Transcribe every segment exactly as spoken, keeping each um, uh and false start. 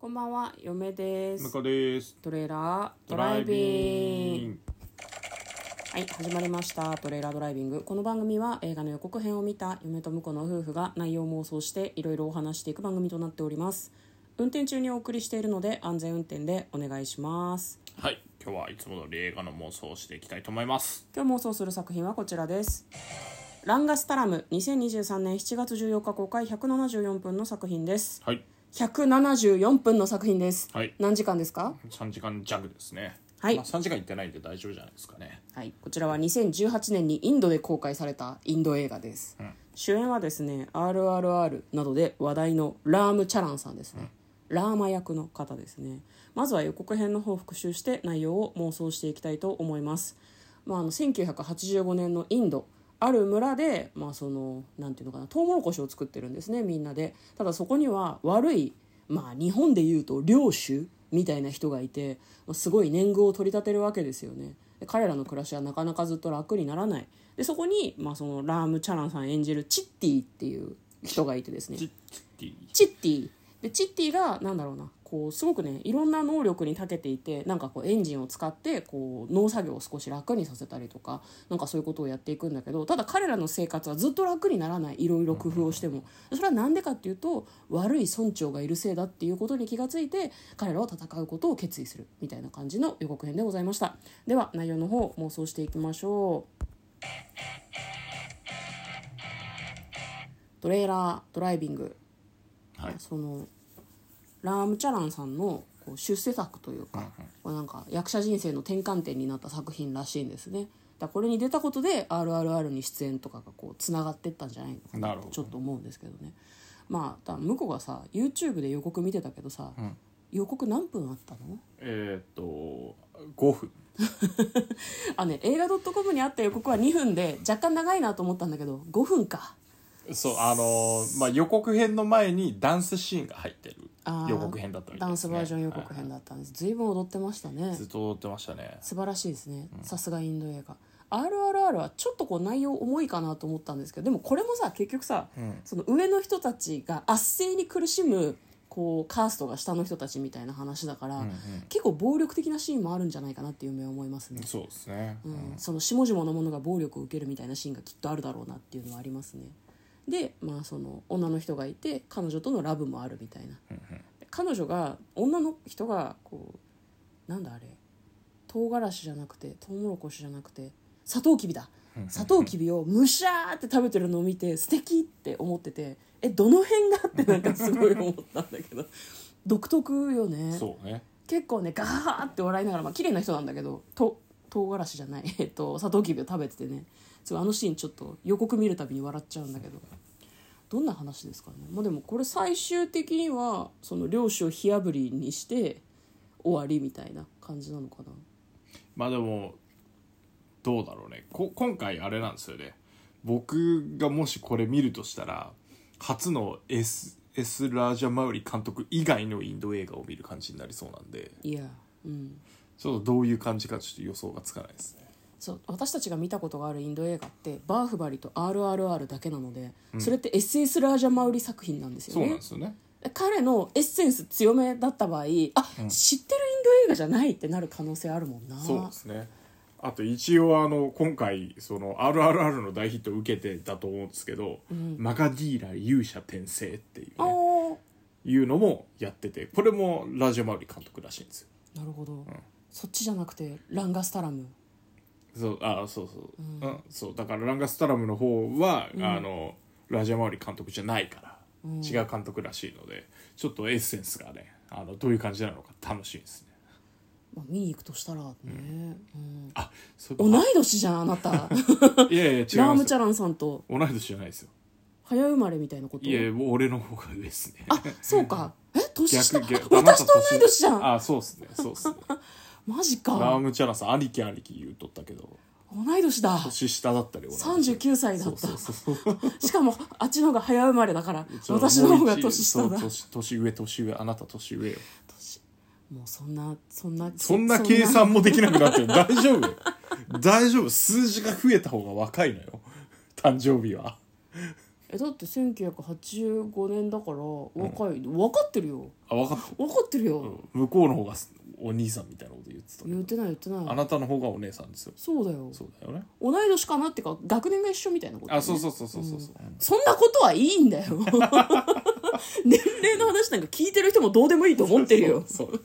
こんばんは、嫁です。 向こうです。 トレーラードライビング。はい、始まりましたトレーラードライビング。この番組は映画の予告編を見た嫁と婿の夫婦が内容を妄想していろいろお話していく番組となっております。運転中にお送りしているので安全運転でお願いします。 はい、今日はいつもの映画の妄想をしていきたいと思います。 今日妄想する作品はこちらです。ランガスタラム、にせんにじゅうさんねんしちがつじゅうよっか公開、ひゃくななじゅうよんぷんの作品です。 はい、 ひゃくななじゅうよんぷんの作品です、 はい、 何時間ですか？ さんじかん弱ですね。 はい、 まあ、さんじかんいってないんで大丈夫じゃないですかね。 はい、こちらはにせんじゅうはちねんにインドで公開されたインド映画です、うん、主演はですね アールアールアール などで話題のラーム・チャランさんですね、うん、ラーマ役の方ですね。まずは予告編の方を復習して内容を妄想していきたいと思います。まあ、あのせんきゅうひゃくはちじゅうごねんのインドある村で、まあ、そのなんていうのかな、トウモロコシを作ってるんですね、みんなで。ただそこには悪い、まあ、日本でいうと領主みたいな人がいて、すごい年貢を取り立てるわけですよね。で彼らの暮らしはなかなかずっと楽にならない。でそこに、まあ、そのラーム・チャランさん演じるチッティっていう人がいてですね。 チッティチッティでチッティがなんだろうな、こうすごくねいろんな能力に長けていて、なんかこうエンジンを使ってこう農作業を少し楽にさせたりとか、なんかそういうことをやっていくんだけど、ただ彼らの生活はずっと楽にならない。いろいろ工夫をしても、それはなんでかっていうと、悪い村長がいるせいだっていうことに気がついて、彼らは戦うことを決意するみたいな感じの予告編でございました。では内容の方妄想していきましょう。トレーラードライビング、はい、そのラームチャランさんのこう出世作というか、うんうん、これなんか役者人生の転換点になった作品らしいんですね。だこれに出たことで アールアールアール に出演とかがこうつながってったんじゃないのかなとちょっと思うんですけどね。まあ向こうがさ YouTube で予告見てたけどさ、うん、予告何分あったの？ えー、っとごふんあ、ね、映画 .com にあった予告はにふんで若干長いなと思ったんだけどごふんか。 そうあのーまあ、予告編の前にダンスシーンが入ってる予告編だったみたいですね。 ダンスバージョン予告編だったんです。随分踊ってましたね。 ずっと踊ってましたね。 素晴らしいですね。さすがインド映画。 アールアールアール はちょっとこう内容重いかなと思ったんですけど、でもこれもさ結局さ、うん、その上の人たちが圧政に苦しむこうカーストが下の人たちみたいな話だから、うんうん、結構暴力的なシーンもあるんじゃないかなっていう目を思いますね。 そうですね、 うん、その下々の者が暴力を受けるみたいなシーンがきっとあるだろうなっていうのはありますね。で、まあ、その女の人がいて彼女とのラブもあるみたいな、うんうん、彼女が女の人がこうなんだあれ唐辛子じゃなくてトウモロコシじゃなくてサトウキビだ、サトウキビをむしゃーって食べてるのを見て素敵って思ってて、えどの辺がってなんかすごい思ったんだけど独特よね。 そうね、 結構ねガーって笑いながら、まあ綺麗な人なんだけどと唐辛子じゃない、えっと、サトウキビを食べててね、すごいあのシーンちょっと予告見るたびに笑っちゃうんだけど、どんな話ですかね。まあでもこれ最終的にはその領主を火あぶりにして終わりみたいな感じなのかな。 まあでもどうだろうね。こ今回あれなんですよね。僕がもしこれ見るとしたら初の S, S ラージャマウリ監督以外のインド映画を見る感じになりそうなんで、 いや、うん、 ちょっとどういう感じかちょっと予想がつかないですね。 そう私たちが見たことがあるインド映画ってバーフバリと アールアールアール だけなので、うん、それって エスエス ラージャマウリ作品なんですよね。 そうなんですよね。 彼のエッセンス強めだった場合、あ、うん、知ってるインド映画じゃないってなる可能性あるもんな。 そうですね。あと一応あの今回その アールアールアール の大ヒットを受けてたと思うんですけど、うん、マガディーラ勇者転生っていうねいうのもやってて、これもラージャマウリ監督らしいんですよ。 なるほど、うん、そっちじゃなくてランガスタラム。 そうあそうそう、うんうん、そうだからランガスタラムの方は、うん、あのラージャマウリ監督じゃないから、うん、違う監督らしいので、ちょっとエッセンスがねあのどういう感じなのか楽しいですね。 まあ、見に行くとしたらね、うんうん、 あ同い年じゃんあなたいやいや違います。 ラームチャランさんと同い年じゃないですよ。 早生まれみたいなこと。 いやもう俺の方が上ですね。 あそうか、え年下、 逆逆私と同い年じゃん。 あそうっすねそうっすねマジか。 ラームチャランさん兄貴兄貴言うとったけど同い年だ。 年下だったりさんじゅうきゅうさいだった。 そうそうそうしかもあっちの方が早生まれだから私の方が年下だ。 年, 年上年上あなた年上よ。 年もうそんなそんなそんな計算もできなくなってる。大丈夫大丈夫。数字が増えた方が若いのよ誕生日は。 えだってせんきゅうひゃくはちじゅうごねんだから若い、うん、分かってるよ。 あ分かってる分かってるよ、 うん、向こうの方がお兄さんみたいなこと言ってた。 言ってない言ってない。 あなたの方がお姉さんですよ。 そうだよ。 そうだよね。 同い年かなってか学年が一緒みたいなこと、ね、 あそうそうそうそうそう、うん、 そんなことはいいんだよ年齢の話なんか聞いてる人もどうでもいいと思ってるよそう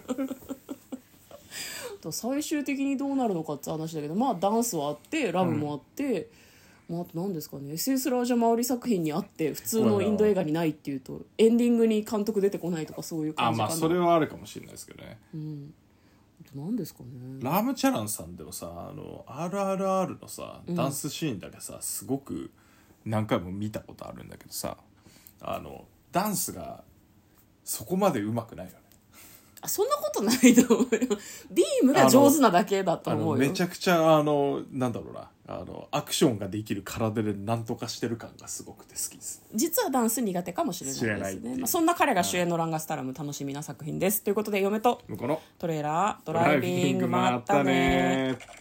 そう最終的にどうなるのかって話だけど、まあダンスはあってラブもあって、うん、まあ、あと何ですかね エスエス ラージャマウリ作品にあって普通のインド映画にないっていうとエンディングに監督出てこないとかそういう感じかな。 あまあそれはあるかもしれないですけどね、 うん、あと何ですかね。 ラームチャランさんでもさあの アールアールアール のさダンスシーンだけさ、うん、すごく何回も見たことあるんだけどさあのダンスがそこまで上手くないよね。 あそんなことないと思うよ。ビームが上手なだけだと思うよ。 めちゃくちゃあのなんだろうなあのアクションができる体で何とかしてる感がすごくて好きです。 実はダンス苦手かもしれないですね。まあ、そんな彼が主演のランガスタラム楽しみな作品です。ということで嫁と向こうのトレーラードライビングまったね。